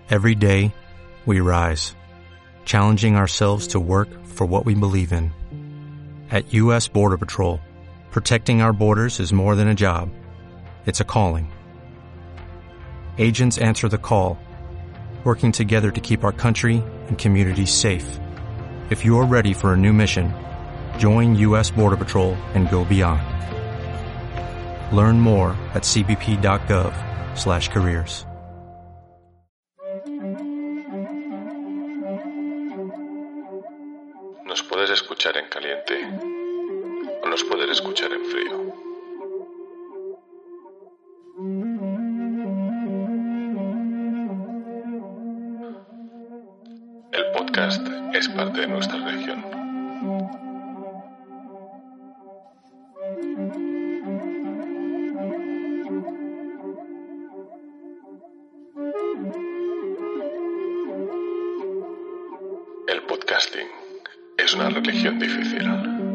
Every day, we rise, challenging ourselves to work for what we believe in. At U.S. Border Patrol, protecting our borders is more than a job. It's a calling. Agents answer the call, working together to keep our country and communities safe. If you're ready for a new mission, join U.S. Border Patrol and go beyond. Learn more at cbp.gov/careers. Nos puedes escuchar en caliente o nos puedes escuchar en frío. El podcast es parte de nuestra región. El podcasting es una religión difícil.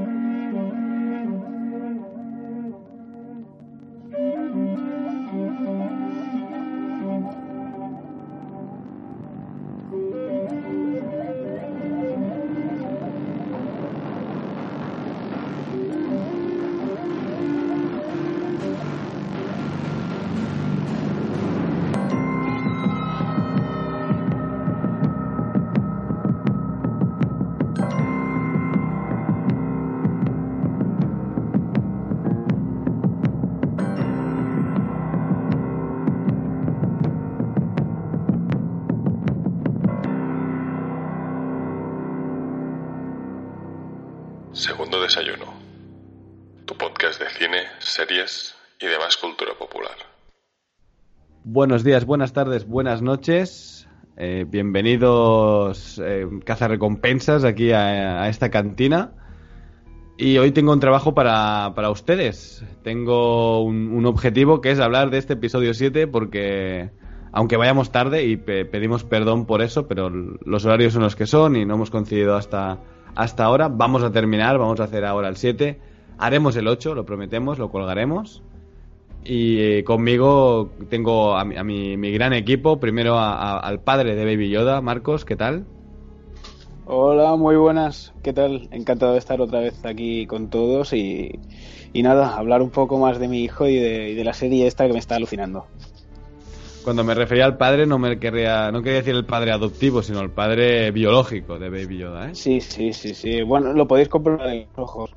Segundo Desayuno, tu podcast de cine, series y demás cultura popular. Buenos días, buenas tardes, buenas noches. Bienvenidos, cazarrecompensas, aquí a esta cantina. Y hoy tengo un trabajo para ustedes. Tengo un objetivo que es hablar de este episodio 7 porque, aunque vayamos tarde y pedimos perdón por eso, pero los horarios son los que son y no hemos coincidido hasta ahora. Vamos a terminar, vamos a hacer ahora el 7. Haremos el 8, lo prometemos, lo colgaremos. Y conmigo tengo a mi gran equipo. Primero al padre de Baby Yoda, Marcos, ¿qué tal? Hola, muy buenas, ¿qué tal? Encantado de estar otra vez aquí con todos y nada, hablar un poco más de mi hijo y de la serie esta que me está alucinando. Cuando me refería al padre no quería decir el padre adoptivo, sino el padre biológico de Baby Yoda, ¿eh? Sí. Bueno, lo podéis comprobar en los ojos.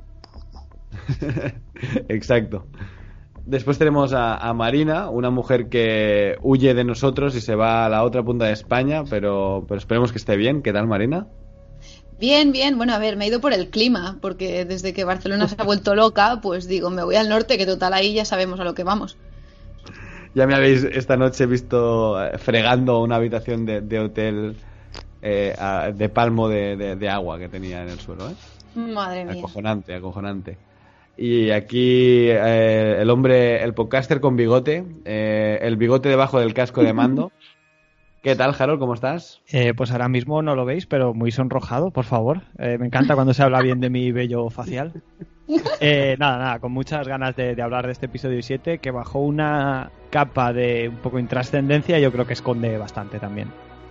Exacto. Después tenemos a Marina, una mujer que huye de nosotros y se va a la otra punta de España, pero esperemos que esté bien. ¿Qué tal, Marina? Bien. Bueno, a ver, me he ido por el clima, porque desde que Barcelona se ha vuelto loca, pues digo, me voy al norte, que total ahí ya sabemos a lo que vamos. Ya me habéis esta noche visto fregando una habitación de hotel de palmo de agua que tenía en el suelo, ¿eh? Madre mía. Acojonante. Y aquí el podcaster con bigote, el bigote debajo del casco de mando. ¿Qué tal, Harold? ¿Cómo estás? Pues ahora mismo no lo veis, pero muy sonrojado, por favor. Me encanta cuando se habla bien de mi vello facial. Nada, con muchas ganas de hablar de este episodio 7, que bajo una capa de un poco intrascendencia, yo creo que esconde bastante también.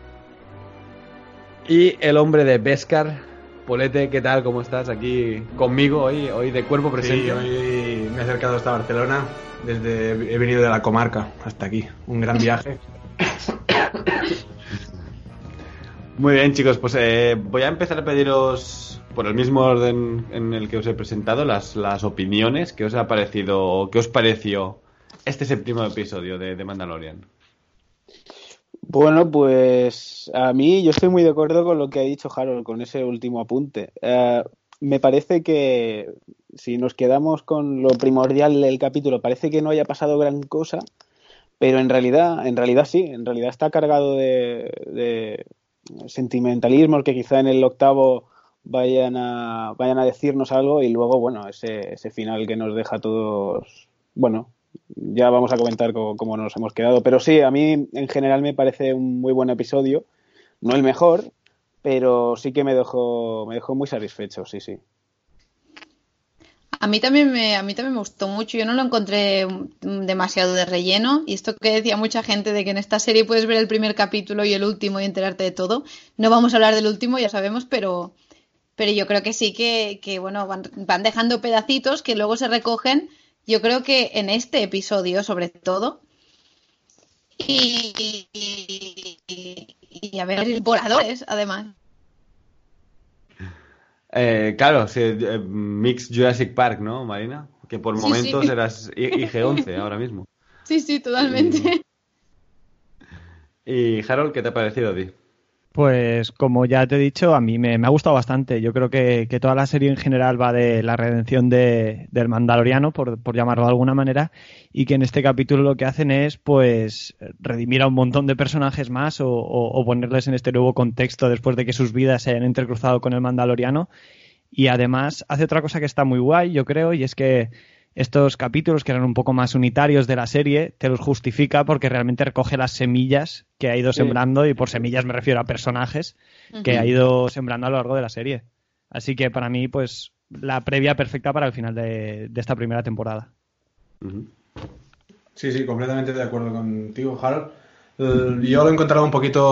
Y el hombre de Beskar, Polete, ¿qué tal? ¿Cómo estás? Aquí conmigo hoy de cuerpo presente. Sí, hoy me he acercado hasta Barcelona, he venido de la comarca hasta aquí, un gran viaje. Muy bien, chicos, pues voy a empezar a pediros, por el mismo orden en el que os he presentado, las opiniones. ¿Qué os ha parecido o qué os pareció este séptimo episodio de Mandalorian? Bueno, pues a mí yo estoy muy de acuerdo con lo que ha dicho Harold, con ese último apunte. Me parece que si nos quedamos con lo primordial del capítulo, parece que no haya pasado gran cosa, pero en realidad sí, en realidad está cargado de sentimentalismo, que quizá en el octavo vayan a decirnos algo, y luego, bueno, ese final que nos deja a todos, bueno, ya vamos a comentar cómo nos hemos quedado, pero sí, a mí en general me parece un muy buen episodio, no el mejor, pero sí que me dejó muy satisfecho, sí. A mí también me gustó mucho. Yo no lo encontré demasiado de relleno. Y esto que decía mucha gente de que en esta serie puedes ver el primer capítulo y el último y enterarte de todo. No vamos a hablar del último, ya sabemos, pero yo creo que sí que bueno, van dejando pedacitos que luego se recogen. Yo creo que en este episodio, sobre todo. Y a ver, voladores, además. Claro, sí, Mix Jurassic Park, ¿no, Marina? Que por momentos eras IG-11 ahora mismo. Sí, totalmente. Y Harold, ¿qué te ha parecido a ti? Pues como ya te he dicho, a mí me ha gustado bastante. Yo creo que toda la serie en general va de la redención del Mandaloriano, por llamarlo de alguna manera, y que en este capítulo lo que hacen es pues redimir a un montón de personajes más o ponerles en este nuevo contexto después de que sus vidas se hayan entrecruzado con el Mandaloriano. Y además hace otra cosa que está muy guay, yo creo, y es que estos capítulos que eran un poco más unitarios de la serie, te los justifica porque realmente recoge las semillas que ha ido sembrando, y por semillas me refiero a personajes que ha ido sembrando a lo largo de la serie. Así que para mí, pues, la previa perfecta para el final de esta primera temporada. Sí, completamente de acuerdo contigo, Harold. Yo lo he encontrado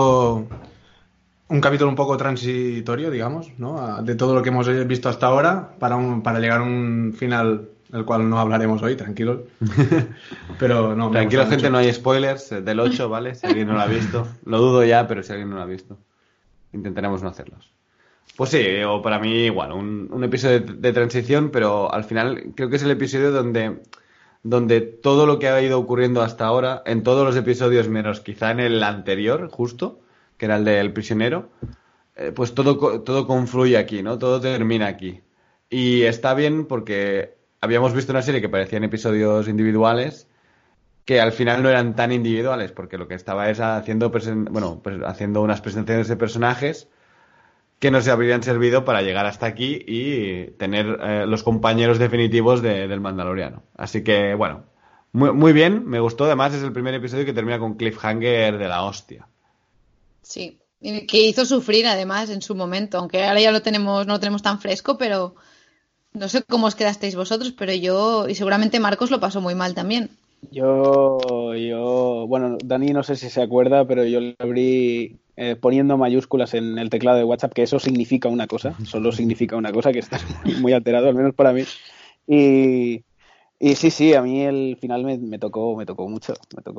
un capítulo un poco transitorio, digamos, ¿no? De todo lo que hemos visto hasta ahora para llegar a un final del cual no hablaremos hoy, tranquilos. Pero no, tranquilo, gente, no hay spoilers del 8, ¿vale? Si alguien no lo ha visto. Lo dudo ya, pero si alguien no lo ha visto, intentaremos no hacerlos. Pues sí, o para mí igual, un episodio de transición, pero al final creo que es el episodio donde todo lo que ha ido ocurriendo hasta ahora, en todos los episodios menos quizá en el anterior, justo, que era el del prisionero, pues todo confluye aquí, ¿no? Todo termina aquí. Y está bien porque habíamos visto una serie que parecían episodios individuales que al final no eran tan individuales, porque lo que estaba es haciendo unas presentaciones de personajes que nos habrían servido para llegar hasta aquí y tener los compañeros definitivos del Mandaloriano. Así que, bueno, muy bien, me gustó. Además, es el primer episodio que termina con cliffhanger de la hostia. Sí, que hizo sufrir además en su momento, aunque ahora ya no lo tenemos tan fresco, pero no sé cómo os quedasteis vosotros, pero yo, y seguramente Marcos lo pasó muy mal también. Yo, bueno, Dani no sé si se acuerda, pero yo le abrí poniendo mayúsculas en el teclado de WhatsApp, que eso significa una cosa, solo significa una cosa, que estás muy alterado, al menos para mí. Y sí, a mí el final me tocó mucho.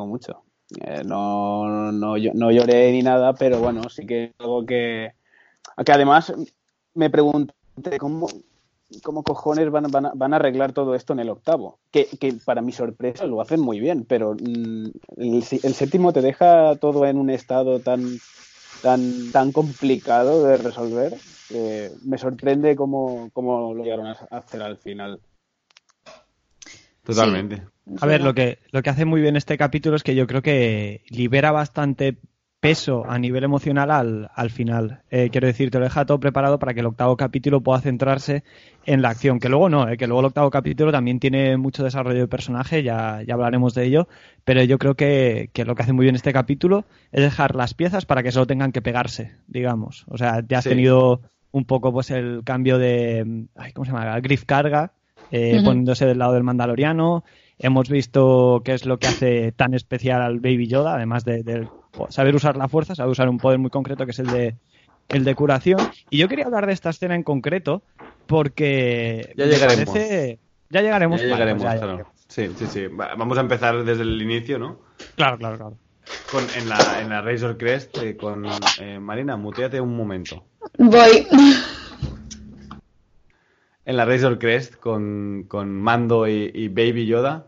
No lloré ni nada, pero bueno, sí que es algo que además me pregunté cómo cojones van a arreglar todo esto en el octavo, que para mi sorpresa lo hacen muy bien, pero el séptimo te deja todo en un estado tan complicado de resolver que me sorprende cómo lo llegaron a hacer al final. Totalmente. Sí. A ver, lo que hace muy bien este capítulo es que yo creo que libera bastante peso a nivel emocional al final. Quiero decir, te lo deja todo preparado para que el octavo capítulo pueda centrarse en la acción. Que luego no, que luego el octavo capítulo también tiene mucho desarrollo de personaje, ya hablaremos de ello, pero yo creo que lo que hace muy bien este capítulo es dejar las piezas para que solo tengan que pegarse, digamos. O sea, ya has tenido un poco pues el cambio de... ¿cómo se llama? Griff Karga, poniéndose del lado del Mandaloriano. Hemos visto qué es lo que hace tan especial al Baby Yoda, además de saber usar la fuerza, saber usar un poder muy concreto que es el de curación. Y yo quería hablar de esta escena en concreto porque ya llegaremos. Ya llegaremos. Claro. Sí. Vamos a empezar desde el inicio, ¿no? Claro. En la Razor Crest con Marina, muteate un momento. Voy. En la Razor Crest con Mando y Baby Yoda.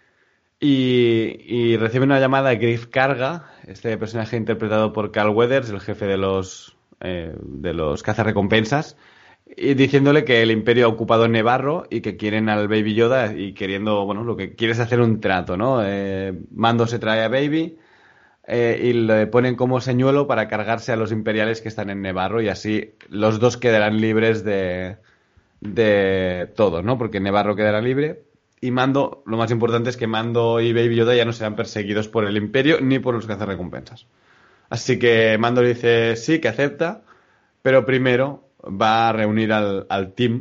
Y recibe una llamada de Griff Karga, este personaje interpretado por Carl Weathers, el jefe de los cazarrecompensas, y diciéndole que el Imperio ha ocupado Nevarro y que quieren al Baby Yoda y queriendo, bueno, lo que quiere es hacer un trato, ¿no? Mando se trae a Baby y le ponen como señuelo para cargarse a los imperiales que están en Nevarro y así los dos quedarán libres de todo, ¿no? Porque Nevarro quedará libre. Y Mando, lo más importante es que Mando y Baby Yoda ya no serán perseguidos por el Imperio ni por los cazarrecompensas. Así que Mando le dice sí, que acepta, pero primero va a reunir al team,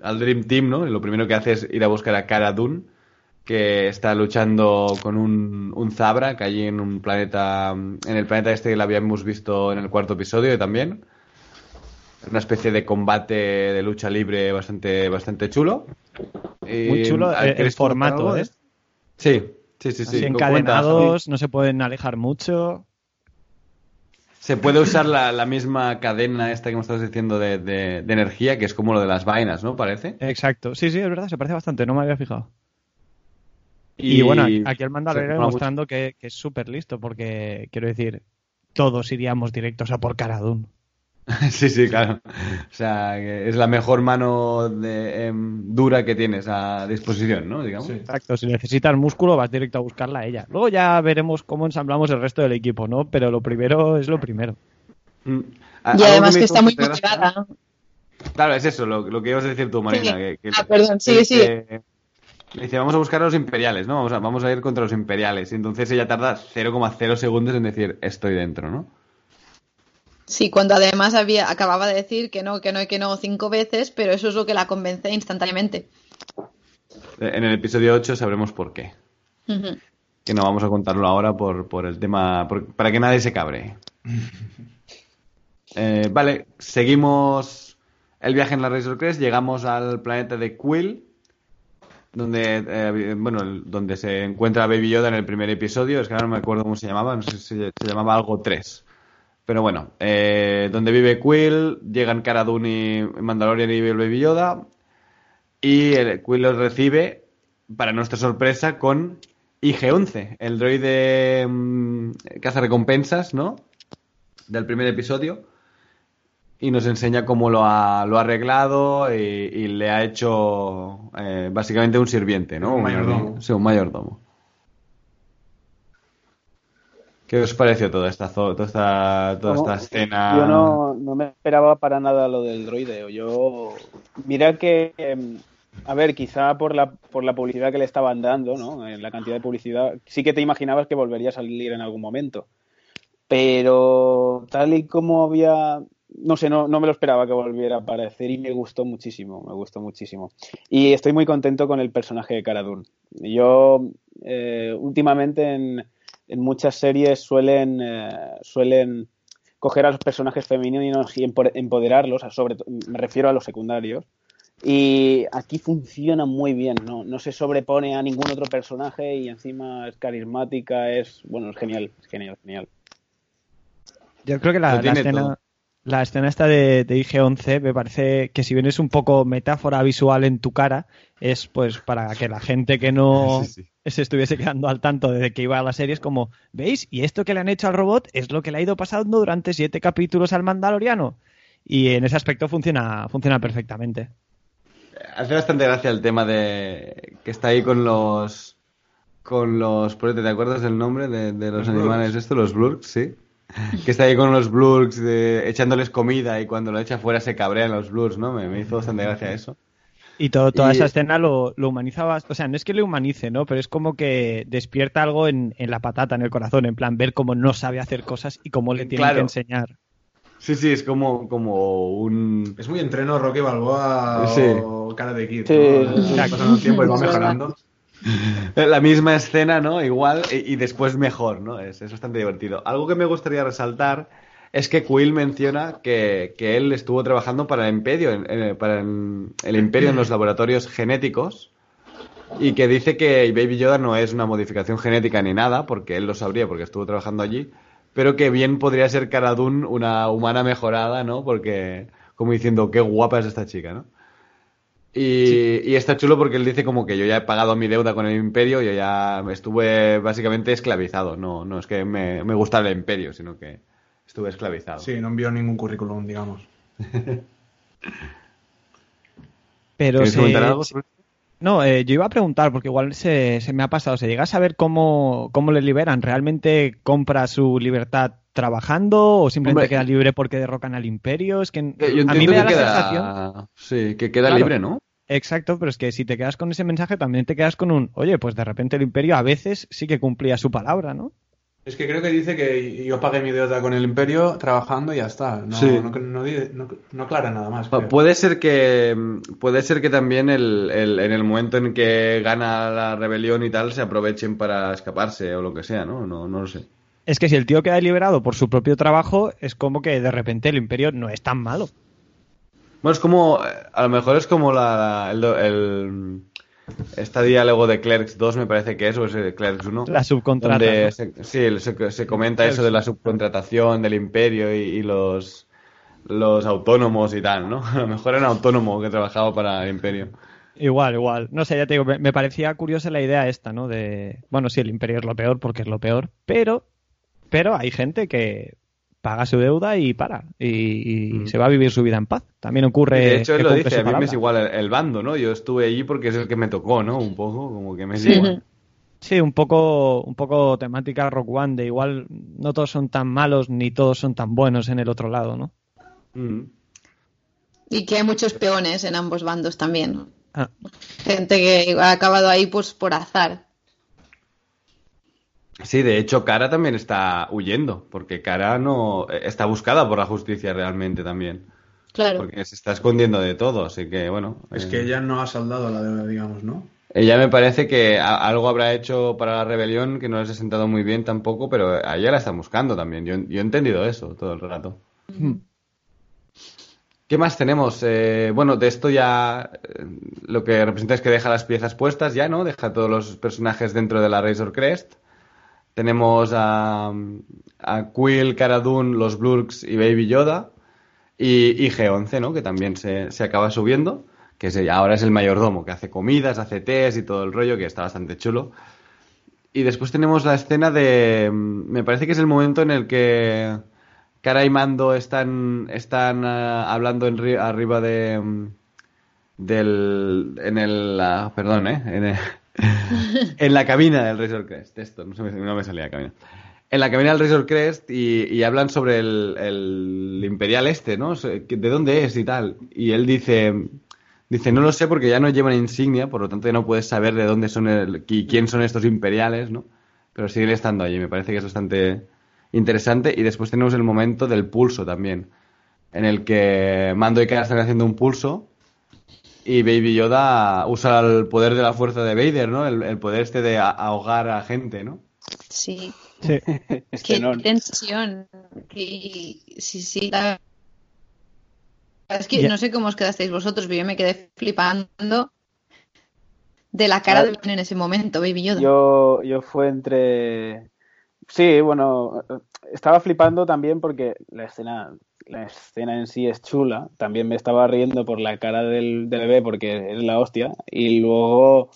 al Dream Team, ¿no? Y lo primero que hace es ir a buscar a Cara Dune, que está luchando con un Zabrak allí en un planeta, en el planeta este que lo habíamos visto en el 4º episodio también. Una especie de combate de lucha libre bastante chulo. Muy chulo el formato, ¿eh? Sí. Así encadenados, no se pueden alejar mucho. Se puede usar la misma cadena esta que me estabas diciendo de energía, que es como lo de las vainas, ¿no? Parece. Exacto. Sí, es verdad, se parece bastante, no me había fijado. Y bueno, aquí el Mandaloriano demostrando que es súper listo, porque, quiero decir, todos iríamos directos a por Cara Dune. Sí, claro. O sea, que es la mejor mano dura que tienes a disposición, ¿no? Digamos. Sí. Exacto, si necesitas músculo vas directo a buscarla a ella. Luego ya veremos cómo ensamblamos el resto del equipo, ¿no? Pero lo primero es lo primero. Y además que está muy motivada, ¿no? Claro, es eso, lo que ibas a decir tú, Marina. Sí. Perdón, sí. Dice, vamos a buscar a los imperiales, ¿no? Vamos a ir contra los imperiales. Y entonces ella tarda 0,0 segundos en decir, estoy dentro, ¿no? Sí, cuando además acababa de decir que no 5 veces, pero eso es lo que la convence instantáneamente. En el episodio 8 sabremos por qué. Uh-huh. Que no vamos a contarlo ahora por el tema, para que nadie se cabre. Vale, seguimos el viaje en la Razor Crest, llegamos al planeta de Quill, donde se encuentra Baby Yoda en el primer episodio. Es que ahora no me acuerdo cómo se llamaba, no sé si se llamaba algo 3. Pero bueno, donde vive Quill, llegan Cara Dune y Mandalorian y el Baby Yoda, y Quill los recibe, para nuestra sorpresa, con IG-11, el droide cazarrecompensas, ¿no? Del primer episodio, y nos enseña cómo lo ha arreglado y le ha hecho básicamente un sirviente, ¿no? Un mayordomo. Sí, un mayordomo. ¿Qué os pareció toda esta escena? Yo no me esperaba para nada lo del droide. Mira que, a ver, quizá por la publicidad que le estaban dando, ¿no? En la cantidad de publicidad, sí que te imaginabas que volvería a salir en algún momento. Pero tal y como había... No sé, no me lo esperaba que volviera a aparecer y me gustó muchísimo. Y estoy muy contento con el personaje de Cara Dune. Yo, últimamente en muchas series suelen coger a los personajes femeninos y empoderarlos, me refiero a los secundarios, y aquí funciona muy bien, no se sobrepone a ningún otro personaje y encima es carismática, es genial. Yo creo que la escena esta de IG-11 me parece que, si bien es un poco metáfora visual en tu cara, es pues para que la gente que no se estuviese quedando al tanto de que iba a la serie, es como, ¿veis? Y esto que le han hecho al robot es lo que le ha ido pasando durante 7 capítulos al Mandaloriano. Y en ese aspecto funciona perfectamente. Hace bastante gracia el tema de que está ahí con los ¿te acuerdas del nombre de los animales estos? Los Blurks, sí. Que está ahí con los Blurks echándoles comida, y cuando lo echa fuera se cabrean los Blurks, ¿no? Me hizo bastante gracia eso. Y toda esa escena lo humanizaba, o sea, no es que le humanice, ¿no? Pero es como que despierta algo en la patata, en el corazón, en plan, ver cómo no sabe hacer cosas y cómo le tienen que enseñar. Sí, es como un... Es muy entreno Rocky Balboa o Karate Kid, sí. ¿no? Pasando el tiempo y va mejorando. La misma escena, ¿no? Igual, y después mejor, ¿no? Es bastante divertido. Algo que me gustaría resaltar es que Quill menciona que él estuvo trabajando para el Imperio, el Imperio en los laboratorios genéticos, y que dice que Baby Yoda no es una modificación genética ni nada, porque él lo sabría porque estuvo trabajando allí, pero que bien podría ser Cara Dune una humana mejorada, ¿no? Porque, como diciendo, qué guapa es esta chica, ¿no? Y está chulo porque él dice como que yo ya he pagado mi deuda con el Imperio, yo ya estuve básicamente esclavizado. No es que me gustara el Imperio, sino que estuve esclavizado. Sí, no envió ningún currículum, digamos. Pero ¿Quieres comentar algo? No, yo iba a preguntar, porque igual se me ha pasado. ¿Se llega a saber cómo le liberan? ¿Realmente compra su libertad trabajando o simplemente queda libre porque derrocan al Imperio? Es que a mí me da la sensación... Sí, que queda libre, ¿no? Exacto, pero es que si te quedas con ese mensaje también te quedas con oye, pues de repente el Imperio a veces sí que cumplía su palabra, ¿no? Es que creo que dice que yo pagué mi deuda con el Imperio trabajando y ya está. No, Sí. no aclara nada más. creo. Puede ser que también en el momento en que gana la rebelión y tal se aprovechen para escaparse o lo que sea, ¿no? No lo sé. Es que si el tío queda liberado por su propio trabajo, es como que de repente el Imperio no es tan malo. Bueno, es como, a lo mejor es como este diálogo de Clerks 2 me parece que es, o es de Clerks 1. La subcontrata, Donde ¿no? se comenta eso de la subcontratación del Imperio y los autónomos y tal, ¿no? A lo mejor era un autónomo que trabajaba para el Imperio. Igual. No sé, ya te digo, me parecía curiosa la idea esta, ¿no? Bueno, sí, el Imperio es lo peor porque es lo peor, pero hay gente que paga su deuda y para, y se va a vivir su vida en paz. También ocurre. De hecho, él que lo cumple dice, su a mí me palabra. es igual el bando, ¿no? Yo estuve allí porque es el que me tocó, ¿no? Un poco, como que me es Sí. igual. Sí, un poco temática Rock One, de igual no todos son tan malos ni todos son tan buenos en el otro lado, ¿no? Mm. Y que hay muchos peones en ambos bandos también. Ah, Gente que ha acabado ahí pues por azar. Sí, de hecho, Kara también está huyendo, porque Kara no está buscada por la justicia realmente también. Claro. Porque se está escondiendo de todo, así que bueno. Es que ella no ha saldado la deuda, digamos, ¿no? Ella me parece que algo habrá hecho para la rebelión que no les ha sentado muy bien tampoco, pero a ella la están buscando también. Yo he entendido eso todo el rato. ¿Qué más tenemos? Bueno, de esto ya lo que representa es que deja las piezas puestas ya, ¿no? Deja todos los personajes dentro de la Razor Crest. Tenemos a Quill, Cara Dune, los Blurks y Baby Yoda. Y G11, ¿no? Que también se acaba subiendo. Que ahora es el mayordomo, que hace comidas, hace tés y todo el rollo, que está bastante chulo. Y después tenemos la escena me parece que es el momento en el que Cara y Mando están hablando arriba en la cabina del Razor Crest. Esto, no me salía la cabina. En la cabina del Razor Crest y hablan sobre el Imperial ¿no? ¿De dónde es y tal? Y él dice, no lo sé porque ya no llevan insignia, por lo tanto ya no puedes saber de dónde son y quién son estos imperiales, ¿no? Pero siguen estando allí, me parece que es bastante interesante. Y después tenemos el momento del pulso también, en el que Mando y Cara están haciendo un pulso y Baby Yoda usa el poder de la fuerza de Vader, ¿no? El poder de ahogar a gente, ¿no? Sí. sí. Qué tensión. Sí. Es que no sé cómo os quedasteis vosotros, pero yo me quedé flipando de la cara de Ben en ese momento, Baby Yoda. Yo fue entre... Sí, bueno, estaba flipando también porque la escena en sí es chula. También me estaba riendo por la cara del bebé porque es la hostia. Y luego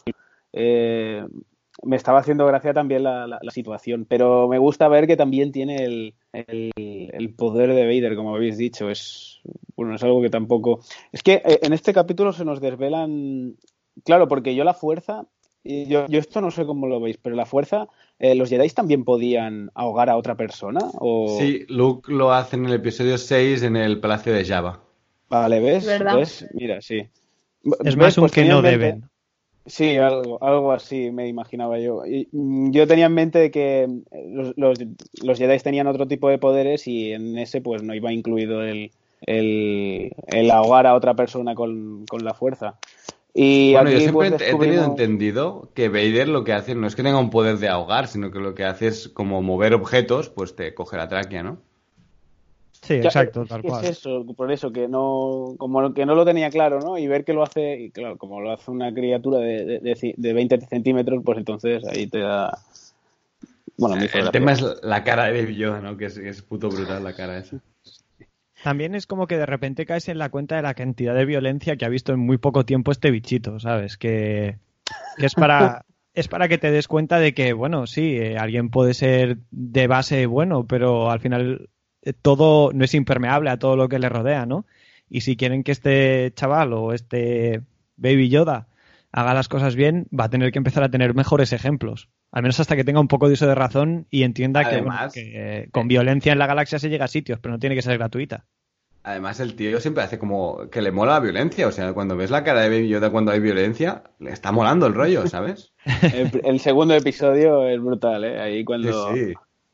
me estaba haciendo gracia también la situación. Pero me gusta ver que también tiene el poder de Vader, como habéis dicho. Es algo que tampoco... Es que en este capítulo se nos desvelan... Claro, porque yo la fuerza... Yo esto no sé cómo lo veis, pero la fuerza, ¿los Jedi también podían ahogar a otra persona? ¿O... Sí, Luke lo hace en el episodio 6 en el Palacio de Jabba. Vale, ¿ves? ¿Verdad? ¿Ves? Mira, sí. Es más un Pues que tenía no en mente- deben. Sí, algo así me imaginaba yo. Y, yo tenía en mente de que los Jedi tenían otro tipo de poderes y en ese pues no iba incluido el ahogar a otra persona con la fuerza. Y Bueno, yo aquí siempre pues he tenido descubrimos... entendido que Vader lo que hace no es que tenga un poder de ahogar, sino que lo que hace es como mover objetos, pues te coge la tráquea, ¿no? Sí, Ya, exacto, es tal que cual. es eso, por eso que no, como que no lo tenía claro, ¿no? Y ver que lo hace, y claro, como lo hace una criatura de 20 centímetros, pues entonces ahí te da... Bueno, me hizo El gracia. tema es la cara de Baby Yoda, ¿no? Que es puto brutal la cara esa. También es como que de repente caes en la cuenta de la cantidad de violencia que ha visto en muy poco tiempo este bichito, ¿sabes? Que es para que te des cuenta de que, bueno, sí, alguien puede ser de base bueno, pero al final todo no es impermeable a todo lo que le rodea, ¿no? Y si quieren que este chaval o este Baby Yoda haga las cosas bien, va a tener que empezar a tener mejores ejemplos. Al menos hasta que tenga un poco de uso de razón y entienda Además, que con violencia en la galaxia se llega a sitios, pero no tiene que ser gratuita. Además, el tío siempre hace como que le mola la violencia. O sea, cuando ves la cara de Baby Yoda cuando hay violencia, le está molando el rollo, ¿sabes? El segundo episodio es brutal, ¿eh? Ahí cuando... Sí.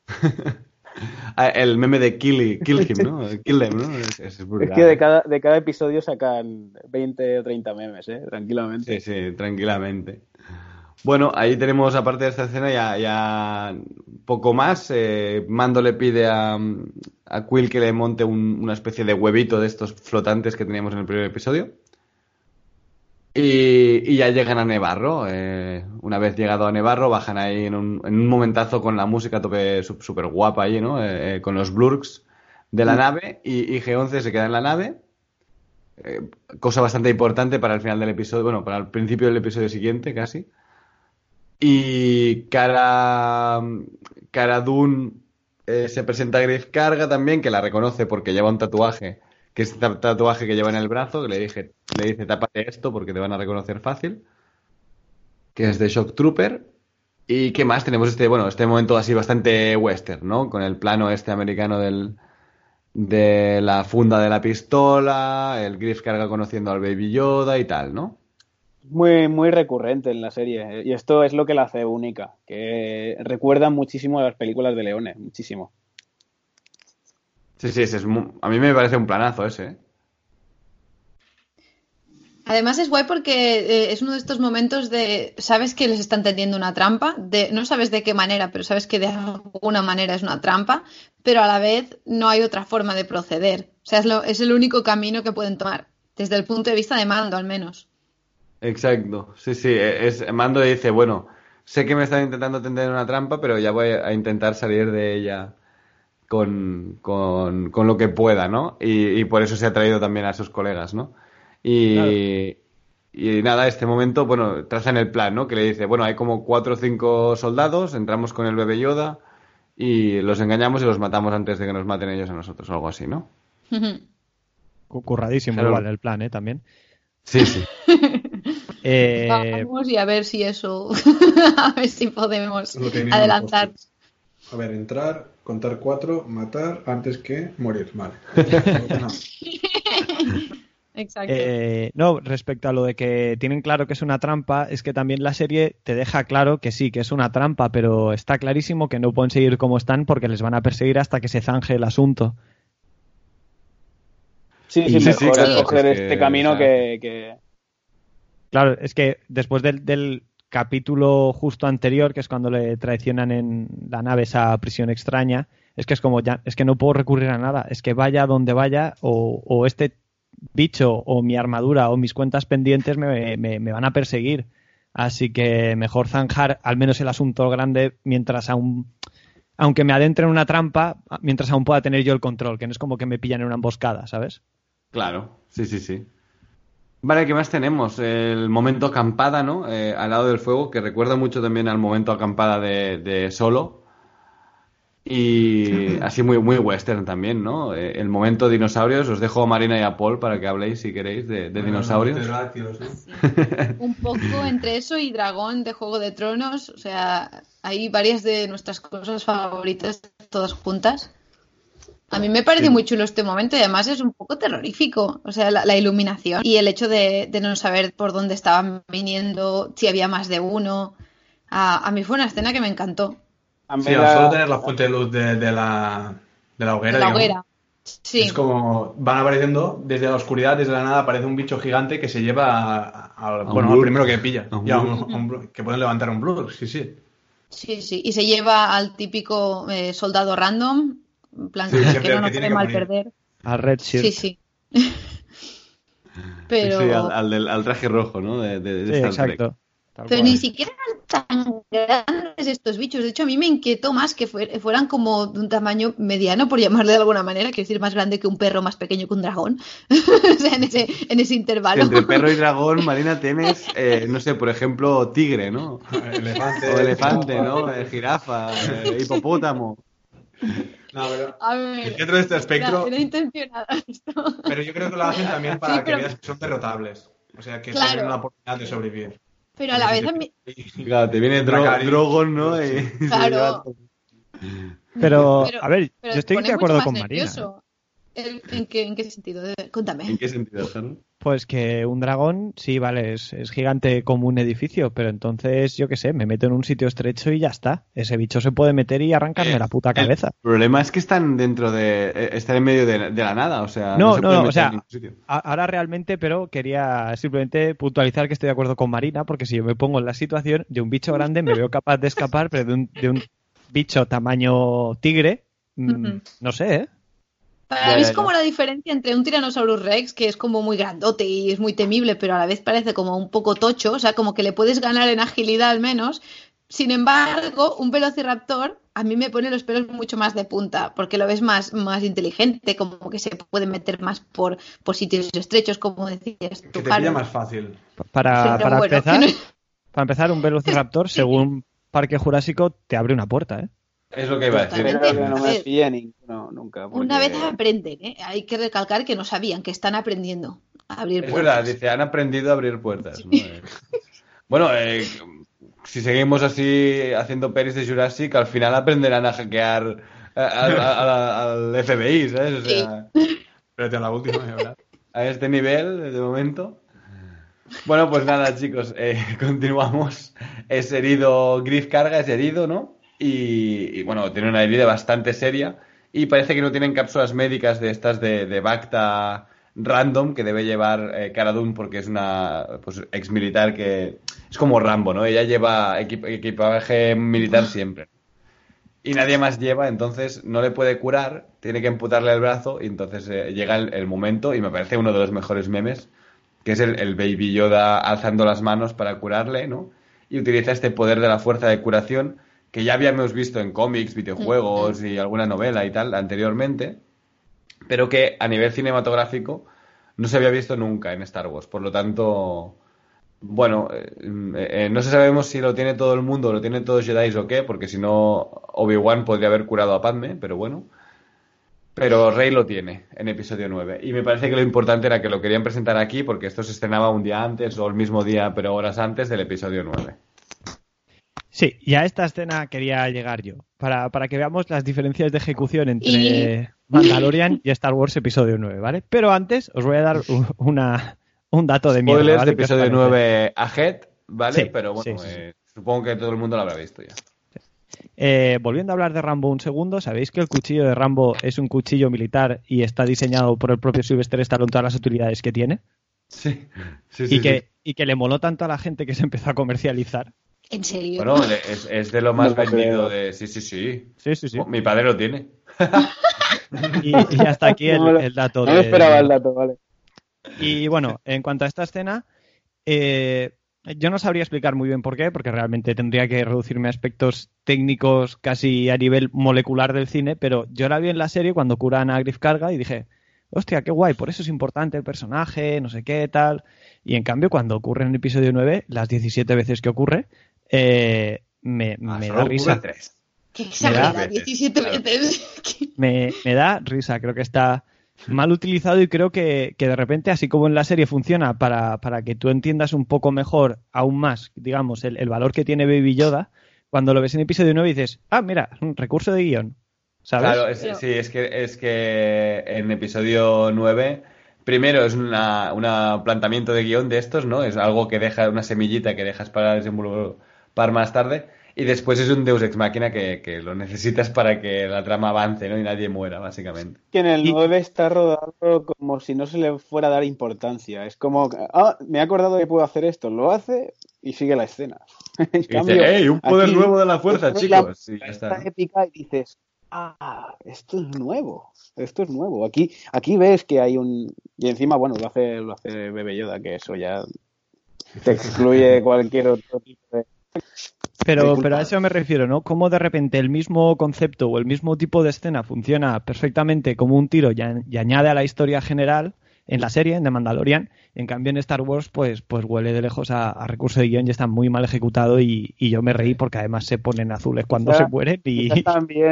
El meme de kill him, ¿no? Kill them, ¿no? Es brutal. Es que de cada episodio sacan 20 o 30 memes, tranquilamente. Sí, sí, tranquilamente. Bueno, ahí tenemos, aparte de esta escena, ya poco más. Mando le pide a Quill que le monte una especie de huevito de estos flotantes que teníamos en el primer episodio. Y ya llegan a Nevarro. Una vez llegado a Nevarro, bajan ahí en un momentazo con la música a tope súper guapa ahí, ¿no? Con los blurks de la nave y G11 se queda en la nave. Cosa bastante importante para el final del episodio, bueno, para el principio del episodio siguiente casi. Y Cara Dune se presenta a Griff Karga también, que la reconoce porque lleva un tatuaje, que es el tatuaje que lleva en el brazo, que le dice tápate esto porque te van a reconocer fácil, que es de Shock Trooper. ¿Y qué más? Tenemos este momento así bastante western, ¿no? Con el plano americano de la funda de la pistola, el Griff Karga conociendo al Baby Yoda y tal, ¿no? Muy, muy recurrente en la serie. Y esto es lo que la hace única, que recuerda muchísimo a las películas de Leone, muchísimo. Sí, a mí me parece un planazo ese, ¿eh? Además es guay porque es uno de estos momentos de, sabes que les están tendiendo una trampa, no sabes de qué manera, pero sabes que de alguna manera es una trampa, pero a la vez no hay otra forma de proceder. O sea, es el único camino que pueden tomar, desde el punto de vista de Mando al menos. Exacto, sí, Mando dice, bueno, sé que me están intentando tender una trampa, pero ya voy a intentar salir de ella con lo que pueda, ¿no? Y por eso se ha traído también a sus colegas, ¿no? Y nada, este momento, bueno, trazan el plan, ¿no? Que le dice, bueno, hay como 4 o 5 soldados, entramos con el bebé Yoda y los engañamos y los matamos antes de que nos maten ellos a nosotros, o algo así, ¿no? Curradísimo, Claro. igual el plan, también. Sí. Vamos y a ver si eso, a ver si podemos Lo tenía adelantar. A ver, entrar, contar 4, matar antes que morir. Vale. No. Exacto. No, respecto a lo de que tienen claro que es una trampa, es que también la serie te deja claro que sí, que es una trampa, pero está clarísimo que no pueden seguir como están porque les van a perseguir hasta que se zanje el asunto. Sí, mejor claro, escoger es este camino o sea, que... Claro, es que después del capítulo justo anterior, que es cuando le traicionan en la nave esa prisión extraña, es que es como ya, es que no puedo recurrir a nada, es que vaya donde vaya o este bicho o mi armadura o mis cuentas pendientes me van a perseguir. Así que mejor zanjar al menos el asunto grande mientras aunque me adentre en una trampa, mientras aún pueda tener yo el control, que no es como que me pillan en una emboscada, ¿sabes? Claro, sí. Vale, ¿qué más tenemos? El momento acampada, ¿no? Al lado del fuego, que recuerda mucho también al momento acampada de Solo. Y así muy, muy western también, ¿no? El momento dinosaurios, os dejo a Marina y a Paul para que habléis, si queréis, de dinosaurios. Un poco entre eso y Dragón de Juego de Tronos, o sea, hay varias de nuestras cosas favoritas todas juntas. A mí me parece muy chulo este momento y además es un poco terrorífico, o sea, la iluminación y el hecho de no saber por dónde estaban viniendo, si había más de uno. A mí fue una escena que me encantó. Sí, al solo tener la fuente de luz de la hoguera, La digamos, hoguera. Sí. es como van apareciendo desde la oscuridad, desde la nada aparece un bicho gigante que se lleva al blur. primero que pilla. A un Y a blur. un blur, que pueden levantar un blur, sí. Sí, y se lleva al típico soldado random, en plan Sí, que siempre no el que nos tiene puede que mal morir. perder. A Red Shield. Sí. Pero, Sí, al traje rojo, ¿no? De Sí, Star Trek. exacto. Tal pero cual. ni siquiera eran tan grandes estos bichos. De hecho, a mí me inquietó más que fueran como de un tamaño mediano, por llamarle de alguna manera, quiero decir, más grande que un perro, más pequeño que un dragón. O sea, en ese intervalo. Entre perro y dragón, Marina, tienes, no sé, por ejemplo, tigre, ¿no? Elefante. O elefante, ¿no? Jirafa, hipopótamo. No, pero A ver, dentro de este espectro, era intencionado esto. pero yo creo que lo hacen también para Sí, pero- que veas que son derrotables. O sea, que Claro. tienen la oportunidad de sobrevivir. Pero a la vez a mí... Claro, te viene Dracari. Drogon, ¿no? Y Claro. Pero, Pero- a ver, pero yo estoy pone de acuerdo mucho con más Marina. nervioso. ¿En qué sentido? Cuéntame. ¿En qué sentido, Carlos? Pues que un dragón, sí, vale, es gigante como un edificio, pero entonces, yo qué sé, me meto en un sitio estrecho y ya está. Ese bicho se puede meter y arrancarme la puta cabeza. El problema es que están están en medio de la nada, o sea, No, se pueden meter o sea, en ningún sitio. ahora realmente, pero quería simplemente puntualizar que estoy de acuerdo con Marina, porque si yo me pongo en la situación de un bicho grande, me veo capaz de escapar, pero de un bicho tamaño tigre, no sé, ¿eh? Para mí es como la diferencia entre un Tyrannosaurus Rex, que es como muy grandote y es muy temible, pero a la vez parece como un poco tocho, o sea, como que le puedes ganar en agilidad al menos. Sin embargo, un Velociraptor a mí me pone los pelos mucho más de punta, porque lo ves más inteligente, como que se puede meter más por sitios estrechos, como decías tú, Que te Harold. pilla más fácil. Para Pero bueno, empezar, un Velociraptor, según Parque Jurásico, te abre una puerta, ¿eh? Es lo que iba a decir. Espero que no me pille ninguno nunca. Porque... Una vez aprenden, ¿eh? Hay que recalcar que no sabían, que están aprendiendo a abrir Es puertas. verdad, dice, han aprendido a abrir puertas, ¿no? Bueno, si seguimos así haciendo pelis de Jurassic, al final aprenderán a hackear al FBI, ¿sabes? O sea, Espérate a la última, ¿verdad? a este nivel, de momento. Bueno, pues nada, chicos, continuamos. Es herido, Griff Karga es herido, ¿no? Y bueno, tiene una herida bastante seria y parece que no tienen cápsulas médicas de estas de Bacta random que debe llevar Cara Dune porque es una ex militar que es como Rambo, ¿no? Ella lleva equipaje militar siempre y nadie más lleva, entonces no le puede curar, tiene que amputarle el brazo y entonces llega el momento y me parece uno de los mejores memes, que es el Baby Yoda alzando las manos para curarle, ¿no? Y utiliza este poder de la fuerza de curación que ya habíamos visto en cómics, videojuegos y alguna novela y tal anteriormente, pero que a nivel cinematográfico no se había visto nunca en Star Wars. Por lo tanto, bueno, no sabemos si lo tiene todo el mundo, lo tienen todos Jedi o qué, porque si no, Obi-Wan podría haber curado a Padme, pero bueno. Pero Rey lo tiene en episodio 9. Y me parece que lo importante era que lo querían presentar aquí, porque esto se estrenaba un día antes o el mismo día, pero horas antes del episodio 9. Sí, y a esta escena quería llegar yo, para que veamos las diferencias de ejecución entre Mandalorian y Star Wars episodio 9, ¿vale? Pero antes os voy a dar un dato de mierda, Spoilers ¿vale? de episodio 9 ahead, ¿vale? Sí, pero bueno, sí. supongo que todo el mundo lo habrá visto ya. Volviendo a hablar de Rambo un segundo, ¿sabéis que el cuchillo de Rambo es un cuchillo militar y está diseñado por el propio Sylvester Stallone todas las utilidades que tiene? Sí. Y que le moló tanto a la gente que se empezó a comercializar. ¿En serio? Bueno, es de lo más No lo vendido creo. de... Sí. Sí. Mi padre lo tiene. Y hasta aquí el dato. No me esperaba el dato, vale. Y bueno, en cuanto a esta escena, yo no sabría explicar muy bien por qué, porque realmente tendría que reducirme a aspectos técnicos casi a nivel molecular del cine, pero yo la vi en la serie cuando curan a Griff Karga y dije, hostia, qué guay, por eso es importante el personaje, no sé qué, tal. Y en cambio, cuando ocurre en el episodio 9, las 17 veces que ocurre, me da risa. Qué exagerada, veces, 17 claro. veces. Me da risa, creo que está mal utilizado y creo que de repente, así como en la serie funciona para que tú entiendas un poco mejor, aún más, digamos, el valor que tiene Baby Yoda, cuando lo ves en episodio 9 dices, ah, mira, un recurso de guión, ¿sabes? Claro, es que en episodio 9, primero es un planteamiento de guión de estos, ¿no? Es algo que deja, una semillita que dejas para desenvolupar más tarde. Y después es un Deus Ex Machina que lo necesitas para que la trama avance, ¿no? Y nadie muera, básicamente. Que en el 9 está rodado como si no se le fuera a dar importancia. Es como, me he acordado que puedo hacer esto, lo hace y sigue la escena. En Y cambio, dice, ¡ey, un poder aquí nuevo de la fuerza, es chicos! Y ya está está, ¿no? épica y dices, esto es nuevo. Aquí ves que hay un... Y encima, bueno, lo hace Baby Yoda, que eso ya te excluye cualquier otro tipo de... Pero a eso me refiero, ¿no? Cómo de repente el mismo concepto o el mismo tipo de escena funciona perfectamente como un tiro y añade a la historia general en la serie, en The Mandalorian. En cambio, en Star Wars, pues huele de lejos a recurso de guión y está muy mal ejecutado y yo me reí porque además se ponen azules cuando se mueren y... Quizás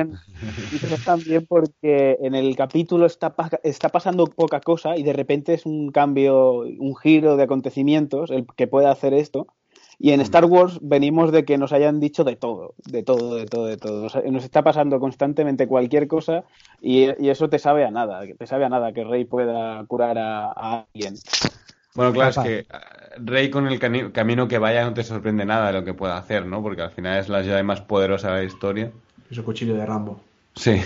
también porque en el capítulo está pasando poca cosa y de repente es un cambio, un giro de acontecimientos el que puede hacer esto. Y en Star Wars venimos de que nos hayan dicho de todo. O sea, nos está pasando constantemente cualquier cosa y eso te sabe a nada. Te sabe a nada que Rey pueda curar a alguien. Bueno, claro, es que Rey con el camino que vaya no te sorprende nada de lo que pueda hacer, ¿no? Porque al final es la Jedi más poderosa de la historia. Ese cuchillo de Rambo. Sí.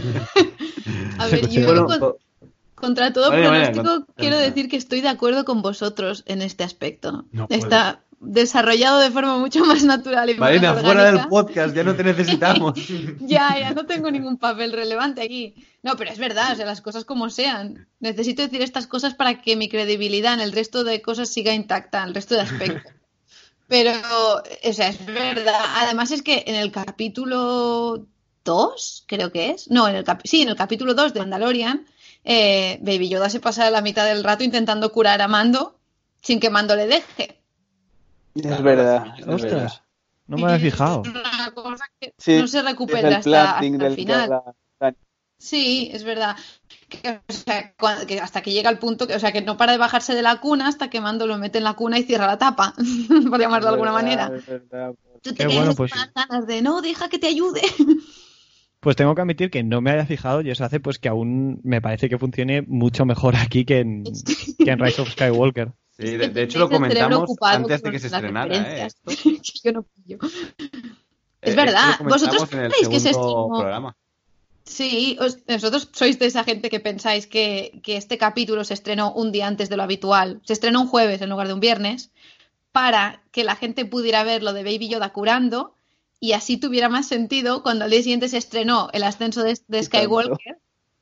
A ver, yo Bueno, contra todo vale, pronóstico quiero decir que estoy de acuerdo con vosotros en este aspecto. No Está desarrollado de forma mucho más natural y Marina, más fuera orgánica. del podcast, ya no te necesitamos. Ya, no tengo ningún papel relevante aquí. No, pero es verdad, o sea, las cosas como sean. Necesito decir estas cosas para que mi credibilidad en el resto de cosas siga intacta, en el resto de aspectos. Pero, o sea, es verdad. Además es que en el capítulo 2, creo que es. No, en el capítulo 2 de Mandalorian, Baby Yoda se pasa la mitad del rato intentando curar a Mando sin que Mando le deje. Es verdad. Ostras, no me había fijado. Es una cosa que Sí, no se es recupera el hasta planting el del final. que habla. Sí, es verdad. O sea, que hasta que llega el punto que, o sea, que no para de bajarse de la cuna hasta que Mando lo mete en la cuna y cierra la tapa, por llamarlo de alguna manera. Es verdad. Tú te Qué quedas bueno, con pues. las ganas de no, deja que te ayude. Pues tengo que admitir que no me haya fijado y eso hace pues que aún me parece que funcione mucho mejor aquí que en Rise of Skywalker. Sí, Que de hecho lo tenéis el cerebro comentamos ocupado antes de con que se las estrenara. referencias. Yo no pillo. Es Esto verdad. lo ¿Vosotros comentamos en el pensáis que se segundo estrenó? programa. Sí, vosotros sois de esa gente que pensáis que este capítulo se estrenó un día antes de lo habitual. Se estrenó un jueves en lugar de un viernes para que la gente pudiera ver lo de Baby Yoda curando y así tuviera más sentido cuando al día siguiente se estrenó el ascenso de Skywalker.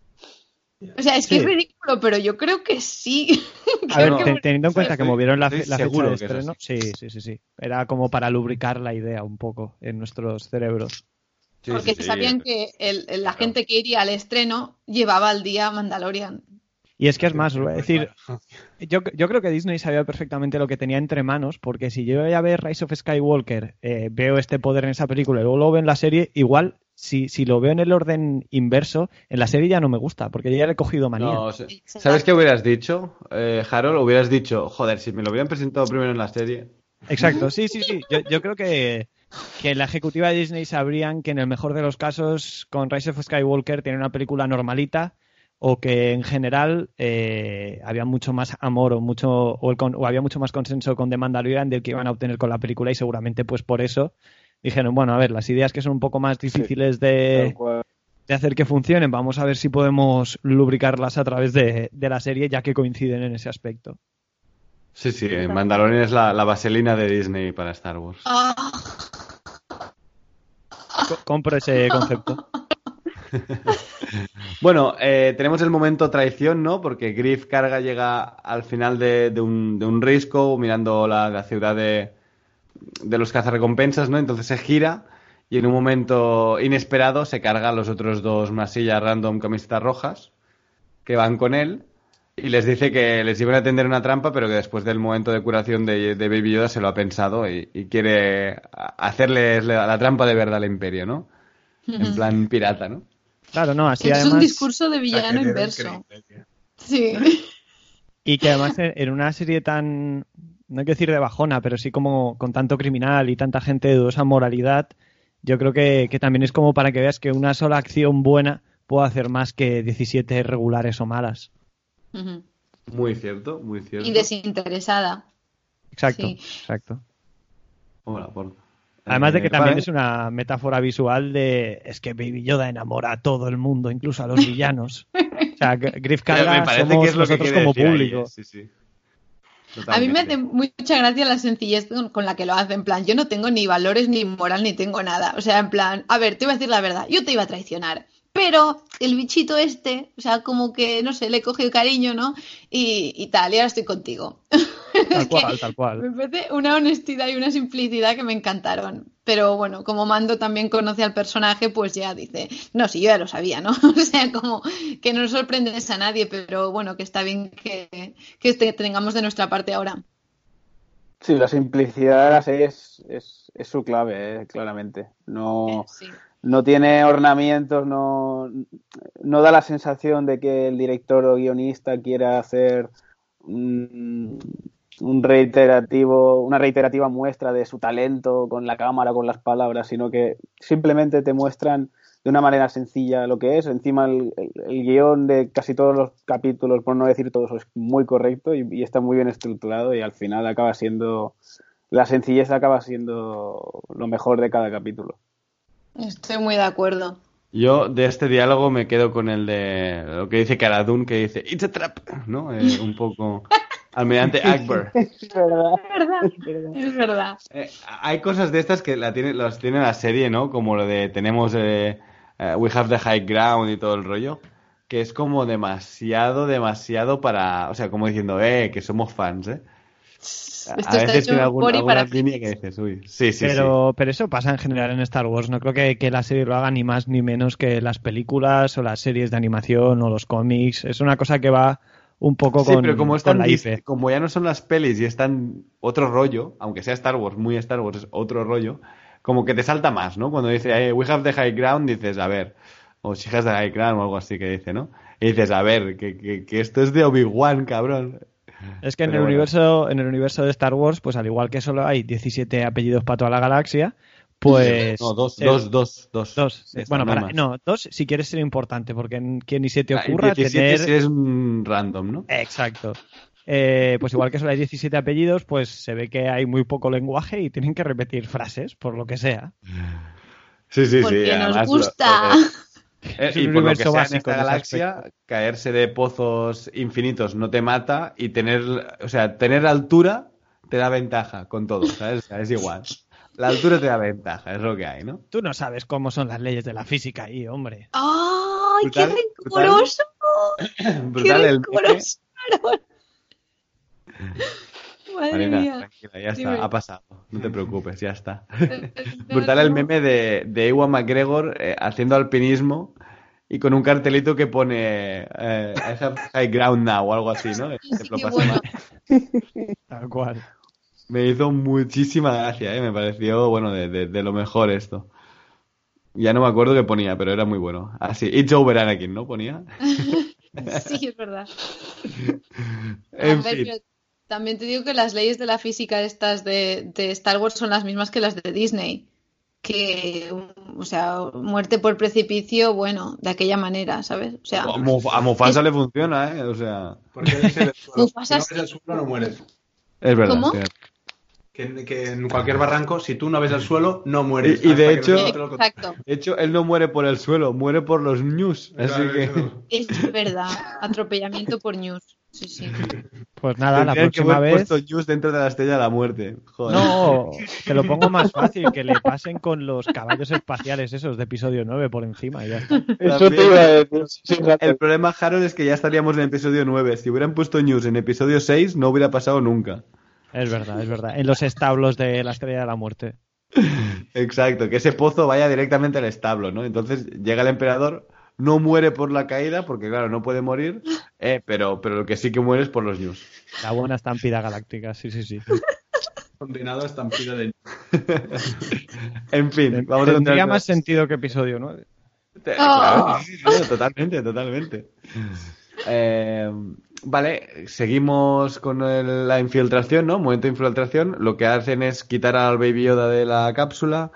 O sea, es que Sí. es ridículo, pero yo creo que sí. A ver, Creo que- teniendo en cuenta que movieron la fecha seguro de que es estreno, sí. Era como para lubricar la idea un poco en nuestros cerebros. Sí, porque sí, sí. sabían que la gente que iría al estreno llevaba al día Mandalorian. Y es que es más, os voy a decir, yo creo que Disney sabía perfectamente lo que tenía entre manos, porque si yo voy a ver Rise of Skywalker, veo este poder en esa película y luego lo veo en la serie, igual, si lo veo en el orden inverso, en la serie ya no me gusta, porque ya le he cogido manía. No, ¿sabes qué hubieras dicho, Harold? Hubieras dicho, joder, si me lo hubieran presentado primero en la serie. Exacto, sí. Yo creo que la ejecutiva de Disney sabrían que en el mejor de los casos con Rise of Skywalker tiene una película normalita o que en general había mucho más amor o había mucho más consenso con The Mandalorian del que iban a obtener con la película y seguramente pues por eso dijeron, bueno, a ver, las ideas que son un poco más difíciles de hacer que funcionen, vamos a ver si podemos lubricarlas a través de la serie ya que coinciden en ese aspecto. Sí, Mandalorian es la vaselina de Disney para Star Wars. Ah, Compro ese concepto. Bueno, tenemos el momento traición, ¿no? Porque Griff Karga llega al final de un risco mirando la ciudad de los cazarrecompensas, ¿no? Entonces se gira y en un momento inesperado se carga a los otros dos masillas random camisetas rojas que van con él y les dice que les iban a tender una trampa, pero que después del momento de curación de Baby Yoda se lo ha pensado y quiere hacerles la trampa de verdad al Imperio, ¿no? En plan pirata, ¿no? Claro, no, así es además... un discurso de villano inverso. Sí. Y que además en una serie tan, no hay que decir de bajona, pero sí como con tanto criminal y tanta gente de dudosa moralidad, yo creo que también es como para que veas que una sola acción buena puede hacer más que 17 regulares o malas. Ujú. Muy cierto, muy cierto. Y desinteresada. Exacto, Sí. exacto. Hola, por... Además de que también vale. es una metáfora visual de es que Baby Yoda enamora a todo el mundo, incluso a los villanos. O sea, Griff Karga Me parece somos que es lo que nosotros quiere como decir ahí, público. sí. A mí me hace Totalmente. mucha gracia la sencillez con la que lo hace. En plan, yo no tengo ni valores, ni moral, ni tengo nada. O sea, en plan, a ver, te iba a decir la verdad, yo te iba a traicionar. Pero el bichito este, o sea, como que, no sé, le he cogido cariño, ¿no? Y tal, y ahora estoy contigo. Tal cual. Me parece una honestidad y una simplicidad que me encantaron. Pero bueno, como Mando también conoce al personaje, pues ya dice, no, sí, yo ya lo sabía, ¿no? O sea, como que no sorprendes a nadie, pero bueno, que está bien que tengamos de nuestra parte ahora. Sí, la simplicidad de la serie es su clave, claramente. No, Sí. no tiene ornamentos, no da la sensación de que el director o guionista quiera hacer una reiterativa muestra de su talento con la cámara, con las palabras, sino que simplemente te muestran de una manera sencilla lo que es. Encima el guión de casi todos los capítulos, por no decir todos, es muy correcto y está muy bien estructurado y al final la sencillez acaba siendo lo mejor de cada capítulo. Estoy muy de acuerdo. Yo de este diálogo me quedo con el de lo que dice Cara Dune, que dice "It's a trap", ¿no? Un poco almirante Akbar. Es verdad. Es verdad. Hay cosas de estas que las tiene la serie, ¿no? Como lo de tenemos We Have the High Ground y todo el rollo, que es como demasiado para, o sea, como diciendo, que somos fans, ¿eh? Esto A está veces tiene hecho por y alguna para línea que dices, uy, sí. Pero eso pasa en general en Star Wars. No creo que la serie lo haga ni más ni menos que las películas o las series de animación o los cómics. Es una cosa que va un poco con, pero como con la IP. como ya no son las pelis y están otro rollo, aunque sea Star Wars, muy Star Wars, es otro rollo, como que te salta más, ¿no? Cuando dice We have the high ground, dices, a ver, o She has the high ground o algo así que dice, ¿no? Y dices, a ver, que esto es de Obi-Wan, cabrón. Es que en Pero el bueno. universo de Star Wars, pues al igual que solo hay 17 apellidos para toda la galaxia, pues... No, dos. Dos. Ya está, Bueno, no hay más. no, dos si quieres ser importante, porque que ni se te Y ocurra 17 tener... si es un random, ¿no? Exacto. Pues igual que solo hay 17 apellidos, pues se ve que hay muy poco lenguaje y tienen que repetir frases, por lo que sea. Sí. Porque nos Además, gusta. Es y un por lo que universo sea en básico esta en ese galaxia, aspecto. caerse de pozos infinitos no te mata y tener altura te da ventaja con todo, ¿sabes? O sea, es igual. La altura te da ventaja, es lo que hay, ¿no? Tú no sabes cómo son las leyes de la física ahí, hombre. ¡Ay, qué Brutal, rencoroso! ¡Qué Brutal el meme. rencoroso! Madre Marina, mía. tranquila, ya Dime. está, ha pasado. No te preocupes, ya está. No, Brutal el no. meme de Ewan McGregor haciendo alpinismo y con un cartelito que pone I have high ground now o algo así, ¿no? Sí, Te lo qué pasé bueno. mal. Tal cual. Me hizo muchísima gracia, me pareció, bueno, de lo mejor esto. Ya no me acuerdo qué ponía, pero era muy bueno. Ah, sí, It's over Anakin, ¿no? Ponía. Sí, es verdad. A En ver, fin. pero también te digo que las leyes de la física estas de Star Wars son las mismas que las de Disney. Que, o sea, muerte por precipicio, bueno, de aquella manera, ¿sabes? O sea, A Mufasa le funciona, ¿eh? O sea, Porque eres el suelo. Mufasa Si no ves el suelo, no mueres. es verdad. ¿Cómo? sí. Que en cualquier barranco, si tú no ves el suelo, no mueres. Y de Hasta que hecho- no te lo controle. exacto. De hecho, él no muere por el suelo, muere por los news. Así Claro, que eso. Es verdad. Atropellamiento por news. Sí, sí. Pues nada, la tendrían que próxima haber vez... puesto news dentro de la estrella de la muerte. Joder. No, te lo pongo más fácil, que le pasen con los caballos espaciales esos de episodio 9 por encima y ya está. Eso te iba a decir. Sí, El problema, Harold, es que ya estaríamos en episodio 9. Si hubieran puesto news en episodio 6, no hubiera pasado nunca. Es verdad, es verdad. En los establos de la Estrella de la Muerte. Exacto, que ese pozo vaya directamente al establo, ¿no? Entonces llega el emperador, no muere por la caída, porque claro, no puede morir, pero lo que sí que muere es por los news. La buena estampida galáctica, sí, sí, sí. Condenado a estampida de... En fin, vamos a Tendría continuar. más sentido que episodio 9. Claro, sí, totalmente. Vale, seguimos con la infiltración, ¿no? Momento de infiltración. Lo que hacen es quitar al Baby Yoda de la cápsula.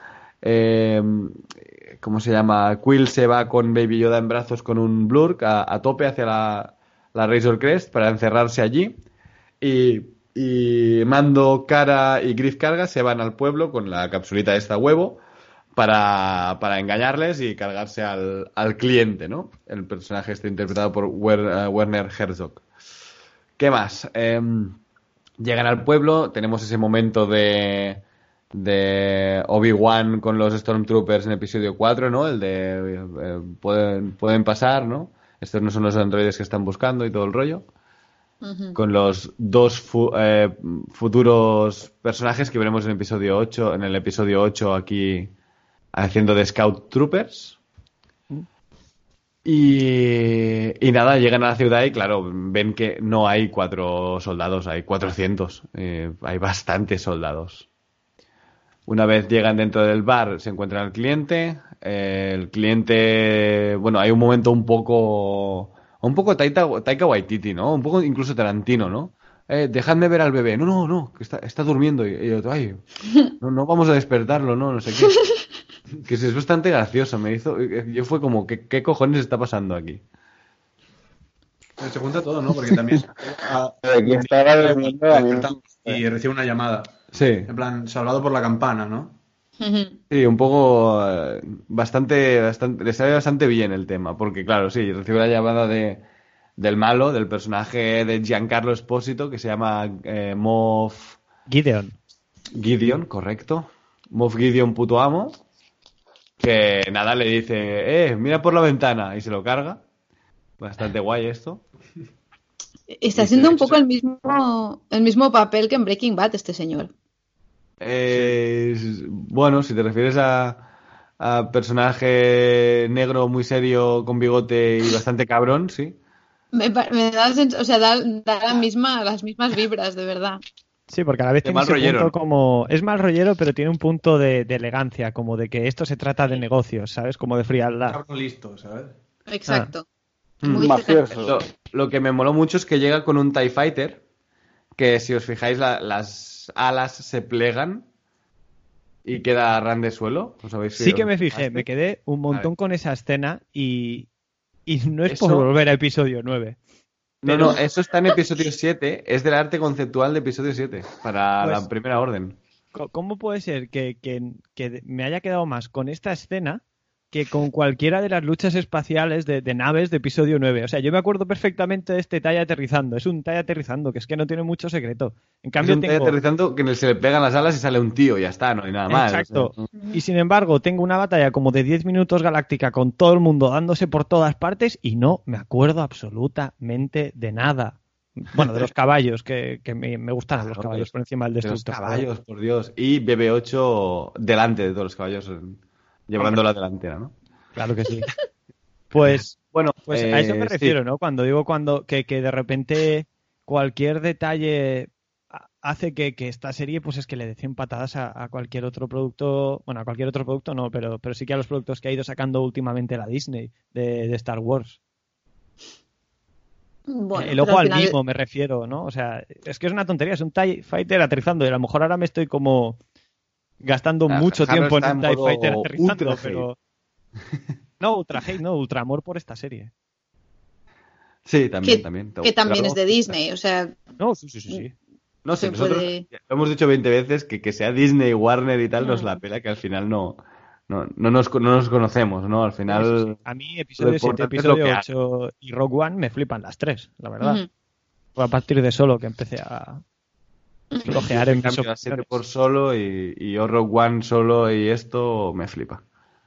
¿Cómo se llama? Quill se va con Baby Yoda en brazos con un Blurk a tope hacia la Razor Crest para encerrarse allí. Y Mando, Cara y Grief Karga se van al pueblo con la capsulita de esta huevo para engañarles y cargarse al cliente, ¿no? El personaje está interpretado por Werner Herzog. ¿Qué más? Llegan al pueblo, tenemos ese momento de Obi-Wan con los Stormtroopers en episodio 4, ¿no? El de pueden pasar, ¿no? Estos no son los androides que están buscando y todo el rollo. Ujú. Con los dos futuros personajes que veremos en el episodio 8 aquí haciendo de Scout Troopers. Y nada, llegan a la ciudad y claro, ven que no hay 4 soldados, hay 400. Hay bastantes soldados. Una vez llegan dentro del bar, se encuentran al cliente. El cliente, bueno, hay un momento un poco Taika Waititi, ¿no? Un poco incluso Tarantino, ¿no? dejadme ver al bebé. No, que está durmiendo. Y yo, ay, no vamos a despertarlo, no sé qué. Que es bastante gracioso, me hizo... Yo fue como, ¿qué cojones está pasando aquí? Se junta todo, ¿no? Porque también Que estaba durmiendo y recibe una llamada. Sí, En plan, salvado por la campana, ¿no? sí, un poco... bastante, le sale bastante bien el tema, porque claro, sí, recibe la llamada del malo, del personaje de Giancarlo Espósito, que se llama Moff Gideon. Correcto. Moff Gideon puto amo, que nada, le dice, mira por la ventana, y se lo carga. Bastante guay esto. Está haciendo un poco el mismo papel que en Breaking Bad este señor. Bueno, si te refieres a personaje negro muy serio con bigote y bastante cabrón, sí. Me da, o sea, da las mismas vibras, de verdad. Sí, porque a la vez De tiene mal ese rollero, punto ¿no? como... Es mal rollero, pero tiene un punto de elegancia, como de que esto se trata de negocios, ¿sabes? Como de frialdad. Cabrón listo, ¿sabes? Exacto. Mm. Mafioso. Lo que me moló mucho es que llega con un TIE Fighter, que si os fijáis las alas se plegan y queda a ran de suelo. ¿Os habéis Sí que me fijaste? fijé, me quedé un montón con esa escena y no es por Eso- volver a episodio 9. No, eso está en episodio 7, es del arte conceptual de episodio 7, para Pues- la primera orden. ¿Cómo puede ser que me haya quedado más con esta escena que con cualquiera de las luchas espaciales de naves de episodio 9? O sea, yo me acuerdo perfectamente de este TIE aterrizando. Es un TIE aterrizando, que es que no tiene mucho secreto. En Es cambio, un TIE aterrizando que se le pegan las alas y sale un tío, y ya está, no hay nada más. Exacto. O sea, Y sin embargo, tengo una batalla como de 10 minutos galáctica con todo el mundo dándose por todas partes y no me acuerdo absolutamente de nada. Bueno, de los caballos, que me gustan los Claro, caballos por encima del de los destructor. caballos, por Dios. Y BB-8 delante de todos los caballos, llevando la delantera, ¿no? Claro que sí. Pues Bueno, a eso me sí. refiero, ¿no? Cuando digo que de repente cualquier detalle hace que esta serie, pues es que le dé 100 patadas a cualquier otro producto. Bueno, a cualquier otro producto no, pero sí que a los productos que ha ido sacando últimamente la Disney de Star Wars. Bueno, El pero ojo al final- mismo me refiero, ¿no? O sea, es que es una tontería, es un TIE Fighter aterrizando y a lo mejor ahora me estoy como gastando mucho Jaro tiempo en está un en TIE modo Fighter aterrizando, ultra hate. pero... No, ultra hate, no, ultra amor por esta serie. Sí, también, que, también. que también Pero es de Disney, o sea, No, sí. No sé, se nosotros puede- lo hemos dicho 20 veces que sea Disney, Warner y tal, nos Mm. la pela, que al final no nos conocemos, ¿no? Al Eso final... sí, a mí episodio lo 7, importante es lo episodio que 8 y Rogue One me flipan las tres, la verdad. Ujú. Fue a partir de Solo que empecé a flojear en mis cambio a 7 opiniones. por solo y yo Rogue One solo y esto me flipa.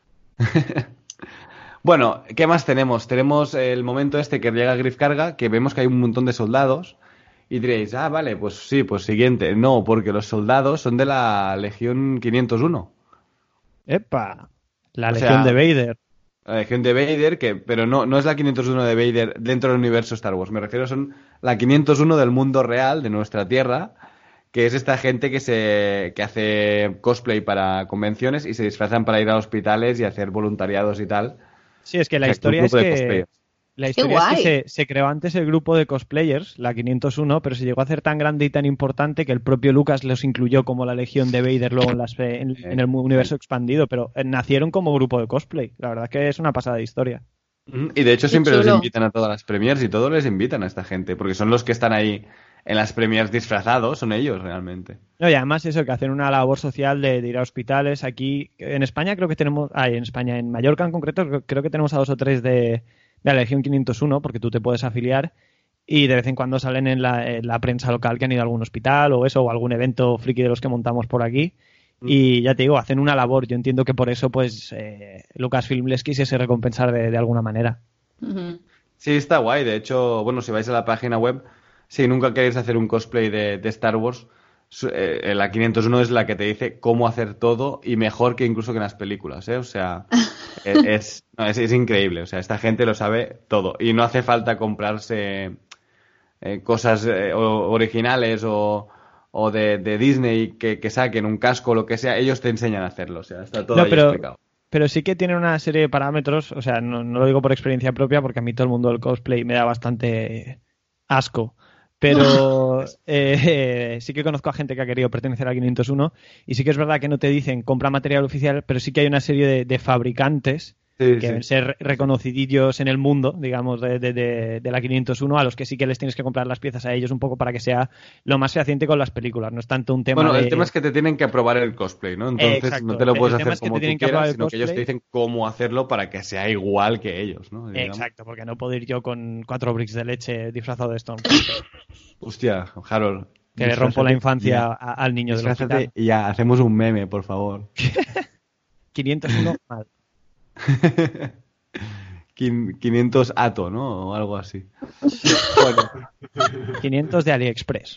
Bueno, ¿qué más tenemos? Tenemos el momento este que llega Griff Karga, que vemos que hay un montón de soldados y diréis, vale, pues sí, pues siguiente. No, porque los soldados son de la Legión 501. ¡Epa! La O Legión sea, de Vader. La Legión de Vader, pero no es la 501 de Vader dentro del universo Star Wars. Me refiero, son la 501 del mundo real, de nuestra Tierra, que es esta gente que hace cosplay para convenciones y se disfrazan para ir a hospitales y hacer voluntariados y tal. Sí, es que la O sea, historia un es grupo de que cosplayers. la ¡Qué historia es que guay! se creó antes el grupo de cosplayers, la 501, pero se llegó a hacer tan grande y tan importante que el propio Lucas los incluyó como la Legión de Vader luego en el universo expandido, pero nacieron como grupo de cosplay. La verdad es que es una pasada de historia. Y de hecho siempre los chulo. invitan a todas las premiers y todos les invitan a esta gente, porque son los que están ahí en las premiers disfrazados, son ellos realmente. No, y además eso, que hacen una labor social de ir a hospitales. Aquí, en España creo que tenemos, en España, en Mallorca en concreto, creo que tenemos a 2 o 3 de la Legión 501, porque tú te puedes afiliar y de vez en cuando salen en la prensa local que han ido a algún hospital o eso, o algún evento friki de los que montamos por aquí. Y ya te digo, hacen una labor. Yo entiendo que por eso, pues, Lucasfilm les quisiese recompensar de alguna manera. Ujú. Sí, está guay. De hecho, bueno, si vais a la página web, si nunca queréis hacer un cosplay de Star Wars, la 501 es la que te dice cómo hacer todo y mejor que incluso que en las películas, ¿eh? O sea, es increíble. O sea, esta gente lo sabe todo. Y no hace falta comprarse cosas originales o de Disney que saquen un casco o lo que sea. Ellos te enseñan a hacerlo. O sea, está todo No, ahí pero explicado. Pero sí que tiene una serie de parámetros, o sea, no lo digo por experiencia propia porque a mí todo el mundo del cosplay me da bastante asco, Pero sí que conozco a gente que ha querido pertenecer al 501 y sí que es verdad que no te dicen compra material oficial, pero sí que hay una serie de fabricantes que deben ser reconocidillos en el mundo, digamos, de la 501, a los que sí que les tienes que comprar las piezas a ellos un poco para que sea lo más fehaciente con las películas. No es tanto un tema el tema es que te tienen que aprobar el cosplay, ¿no? Entonces Exacto. no te lo puedes hacer es que como tú que quieras, sino que ellos te dicen cómo hacerlo para que sea igual que ellos, ¿no? Digamos. Exacto, porque no puedo ir yo con 4 bricks de leche disfrazado de Storm. Hostia, Harold. Que le rompo la infancia al niño del hospital. Y ya, hacemos un meme, por favor. 501 mal. 500 Ato, ¿no? O algo así. Bueno. 500 de AliExpress.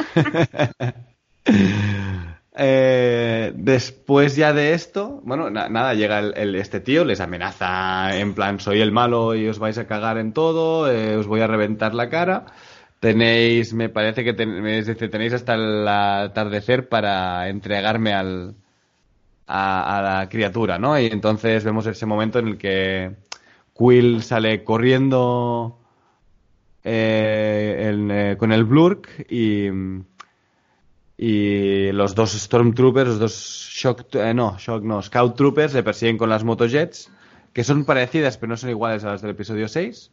Después ya de esto, bueno, nada, llega este tío, les amenaza en plan, soy el malo y os vais a cagar en todo, os voy a reventar la cara. Me parece que tenéis hasta el atardecer para entregarme a la criatura, ¿no? Y entonces vemos ese momento en el que Quill sale corriendo con el Blurk y los dos Stormtroopers, los dos Scout Troopers le persiguen con las motojets, que son parecidas pero no son iguales a las del episodio 6.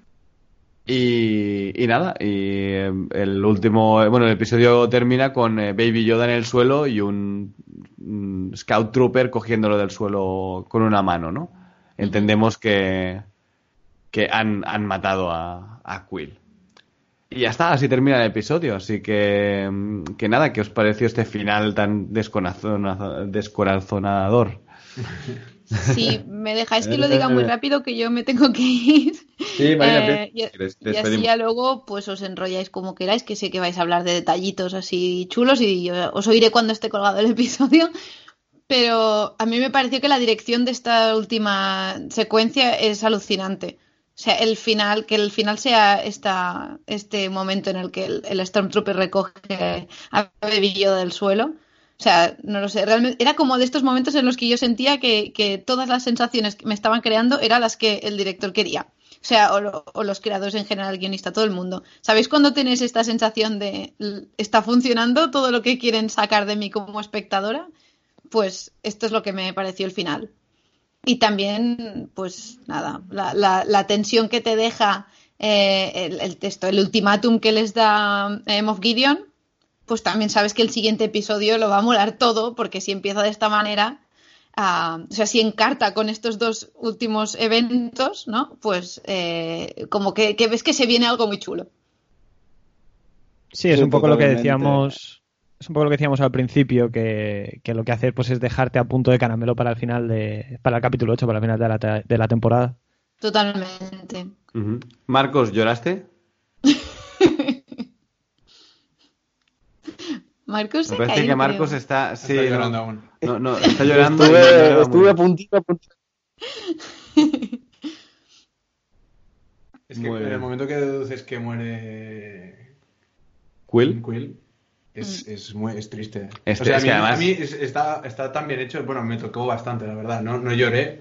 Y nada, el episodio termina con Baby Yoda en el suelo y un Scout Trooper cogiéndolo del suelo con una mano, ¿no? Entendemos que han matado a Quill. Y ya está, así termina el episodio. Así que nada, ¿qué os pareció este final tan descorazonador? Sí, me dejáis que lo diga muy rápido, que yo me tengo que ir. Sí, Marina, y así ya luego pues os enrolláis como queráis, que sé que vais a hablar de detallitos así chulos y os oiré cuando esté colgado el episodio. Pero a mí me pareció que la dirección de esta última secuencia es alucinante. O sea, el final sea este momento en el que el Stormtrooper recoge a Baby Yoda del suelo. O sea, no lo sé, realmente era como de estos momentos en los que yo sentía que todas las sensaciones que me estaban creando eran las que el director quería. O sea, o los creadores en general, el guionista, todo el mundo. ¿Sabéis cuando tenéis esta sensación de está funcionando todo lo que quieren sacar de mí como espectadora? Pues esto es lo que me pareció el final. Y también, pues nada, la tensión que te deja el texto, el ultimátum que les da Moff Gideon, pues también sabes que el siguiente episodio lo va a molar todo, porque si empieza de esta manera, o sea, si encarta con estos dos últimos eventos, ¿no? Pues como que ves que se viene algo muy chulo. Sí, es un poco lo que decíamos. Es un poco lo que decíamos al principio, que lo que hace pues es dejarte a punto de caramelo para el final para el capítulo 8, para el final de la temporada. Totalmente. Uh-huh. Marcos, ¿lloraste? Marcos me parece que Marcos está llorando aún. No, está llorando. Estuve a puntito. Es que en el momento que deduces que muere Quill. Es triste. O sea, a mí está tan bien hecho. Bueno, me tocó bastante, la verdad. No lloré,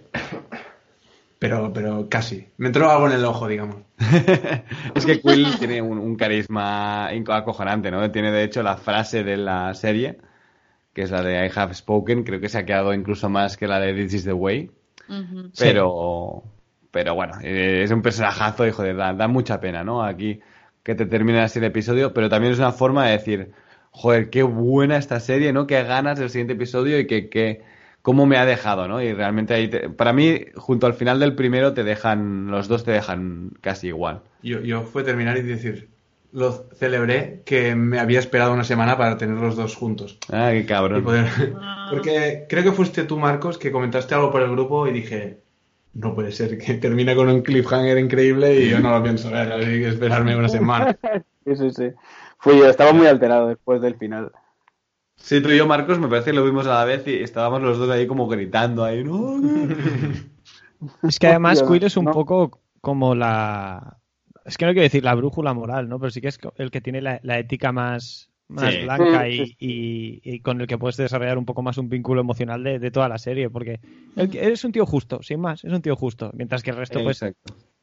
pero casi. Me entró algo en el ojo, digamos. Es que Quill tiene un carisma acojonante, ¿no? Tiene, de hecho, la frase de la serie, que es la de I have spoken. Creo que se ha quedado incluso más que la de This is the way. Uh-huh. Pero bueno, es un personajazo y, joder, da mucha pena, ¿no? Aquí que te termina así el episodio, pero también es una forma de decir, joder, qué buena esta serie, ¿no? Qué ganas del siguiente episodio y que cómo me ha dejado, ¿no? Y realmente ahí, para mí, junto al final del primero, los dos te dejan casi igual. Yo fue terminar y decir, lo celebré que me había esperado una semana para tener los dos juntos. Ah, qué cabrón. Porque creo que fuiste tú, Marcos, que comentaste algo por el grupo y dije, no puede ser que termine con un cliffhanger increíble y yo no lo pienso ver, hay que esperarme una semana. Sí. Fui yo, estaba muy alterado después del final. Sí, tú y yo, Marcos, me parece que lo vimos a la vez y estábamos los dos ahí como gritando ahí, ¿no? Es que además Quill es un poco como es que no quiero decir la brújula moral, ¿no? Pero sí que es el que tiene la ética más blanca y con el que puedes desarrollar un poco más un vínculo emocional de toda la serie, porque él es un tío justo, sin más, es un tío justo, mientras que el resto pues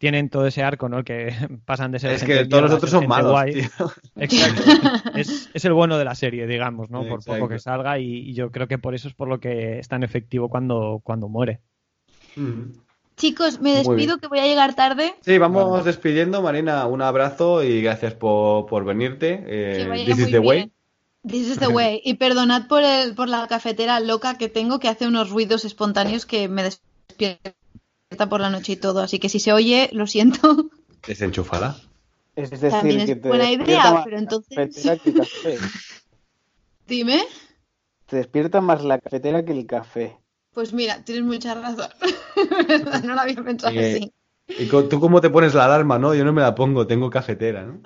tienen todo ese arco, ¿no? Que pasan de ser Es gente que todos los mierda a otros ser son gente malos, guay. tío. Exacto. Es el bueno de la serie, digamos, ¿no? Por Exacto. poco que salga y yo creo que por eso es por lo que es tan efectivo cuando muere. Chicos, me Muy bien. despido que voy a llegar tarde. Sí, vamos despidiendo, Marina. Un abrazo y gracias por venirte. Que vaya This is muy the bien. way. This is the way. Y perdonad por la cafetera loca que tengo, que hace unos ruidos espontáneos que me despierta por la noche y todo. Así que si se oye, lo siento. Desenchúfala. Es decir, También que es te buena despierta idea, más pero la entonces... cafetera que el café. Dime. Te despierta más la cafetera que el café. Pues mira, tienes mucha razón. No lo había pensado Eh, así. ¿Y tú cómo te pones la alarma? No, yo no me la pongo, tengo cafetera, ¿no?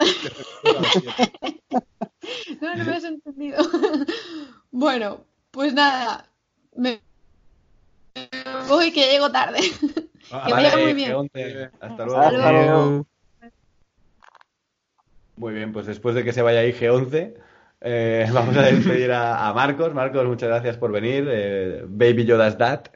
No me has entendido. Bueno, pues nada. Me voy que llego tarde. Que vaya muy bien. G11. Hasta luego. Hasta luego. Muy bien, pues después de que se vaya ahí G11, vamos a despedir a Marcos. Marcos, muchas gracias por venir. Baby Yoda's Dad.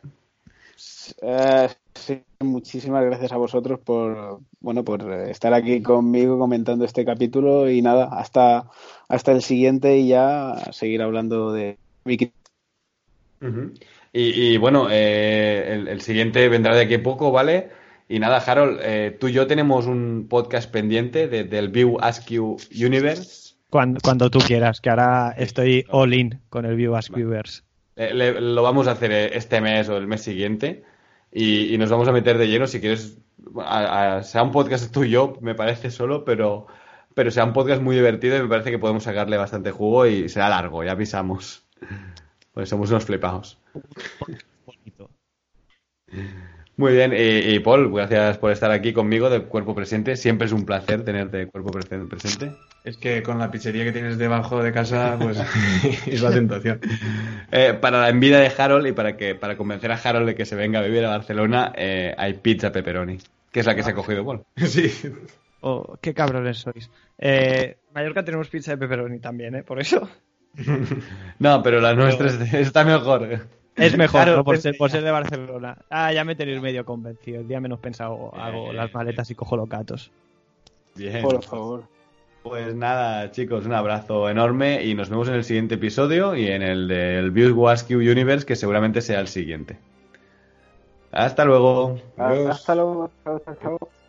Sí, muchísimas gracias a vosotros por estar aquí conmigo comentando este capítulo y nada, hasta el siguiente y ya seguir hablando de Vicky. Uh-huh. Y bueno, el siguiente vendrá de aquí a poco, ¿vale? Y nada, Harold, tú y yo tenemos un podcast pendiente del View Ask You Universe. Cuando tú quieras, que ahora estoy all in con el View Ask Viewers. Lo vamos a hacer este mes o el mes siguiente y nos vamos a meter de lleno. Si quieres, sea un podcast tú y yo, me parece solo, pero sea un podcast muy divertido y me parece que podemos sacarle bastante jugo y será largo, ya avisamos. Pues somos unos flipados. Bonito. Muy bien, y Paul, gracias por estar aquí conmigo de cuerpo presente. Siempre es un placer tenerte de cuerpo presente. Es que con la pizzería que tienes debajo de casa, pues es la tentación. Para la envidia de Harold y para convencer a Harold de que se venga a vivir a Barcelona, hay pizza pepperoni, que es la que se ha cogido Paul. Sí. Oh, qué cabrones sois. Mallorca tenemos pizza de pepperoni también, por eso. No, pero la nuestra está mejor. Es mejor, Claro, ¿no? Por ser de Barcelona. Ya me tenéis medio convencido. El día menos pensado hago las maletas y cojo los gatos. Bien. Por favor. Pues nada, chicos, un abrazo enorme y nos vemos en el siguiente episodio y en el del View Ask You Universe, que seguramente sea el siguiente. Hasta luego. Hasta luego. Chao, chao, chao.